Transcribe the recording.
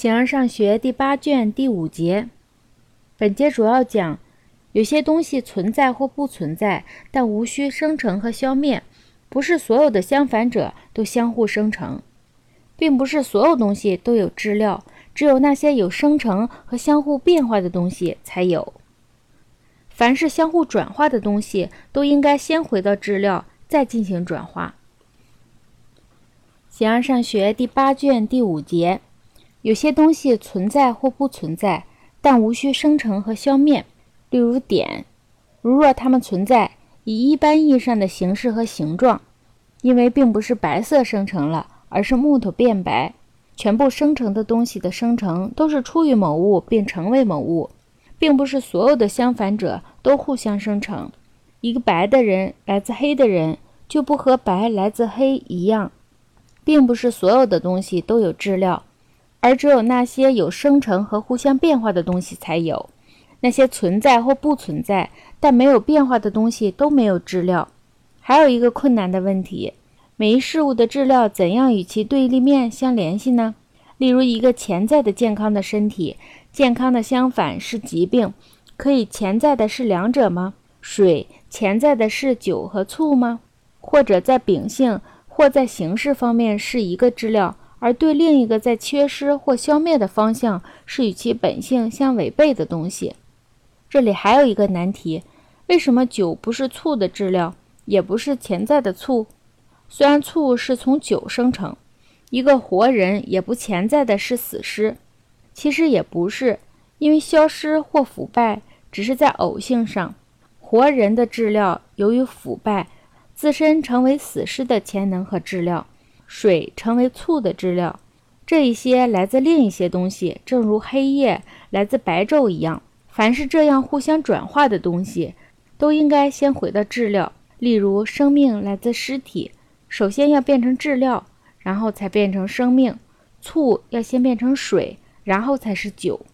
形而上学第8卷第5节，本节主要讲有些东西存在或不存在，但无需生成和消灭，不是所有的相反者都相互生成，并不是所有东西都有质料，只有那些有生成和相互变化的东西才有。凡是相互转化的东西都应该先回到质料，再进行转化。形而上学第8卷第5节，有些东西存在或不存在，但无需生成和消灭。例如点，如若它们存在，以一般意义上的形式和形状，因为并不是白色生成了，而是木头变白。全部生成的东西的生成都是出于某物并成为某物，并不是所有的相反者都互相生成。一个白的人来自黑的人，就不和白来自黑一样。并不是所有的东西都有质料，而只有那些有生成和互相变化的东西才有。那些存在或不存在但没有变化的东西都没有质料。还有一个困难的问题，每一事物的质料怎样与其对立面相联系呢？例如一个潜在的健康的身体，健康的相反是疾病，可以潜在的是两者吗？水潜在的是酒和醋吗？或者在秉性或在形式方面是一个质料，而对另一个在缺失或消灭的方向是与其本性相违背的东西。这里还有一个难题，为什么酒不是醋的质料，也不是潜在的醋？虽然醋是从酒生成，一个活人也不潜在的是死尸，其实也不是，因为消失或腐败只是在偶性上，活人的质料由于腐败自身成为死尸的潜能和质料，水成为醋的质料，这一些来自另一些东西，正如黑夜来自白昼一样。凡是这样互相转化的东西，都应该先回到质料。例如生命来自尸体，首先要变成质料，然后才变成生命。醋要先变成水，然后才是酒。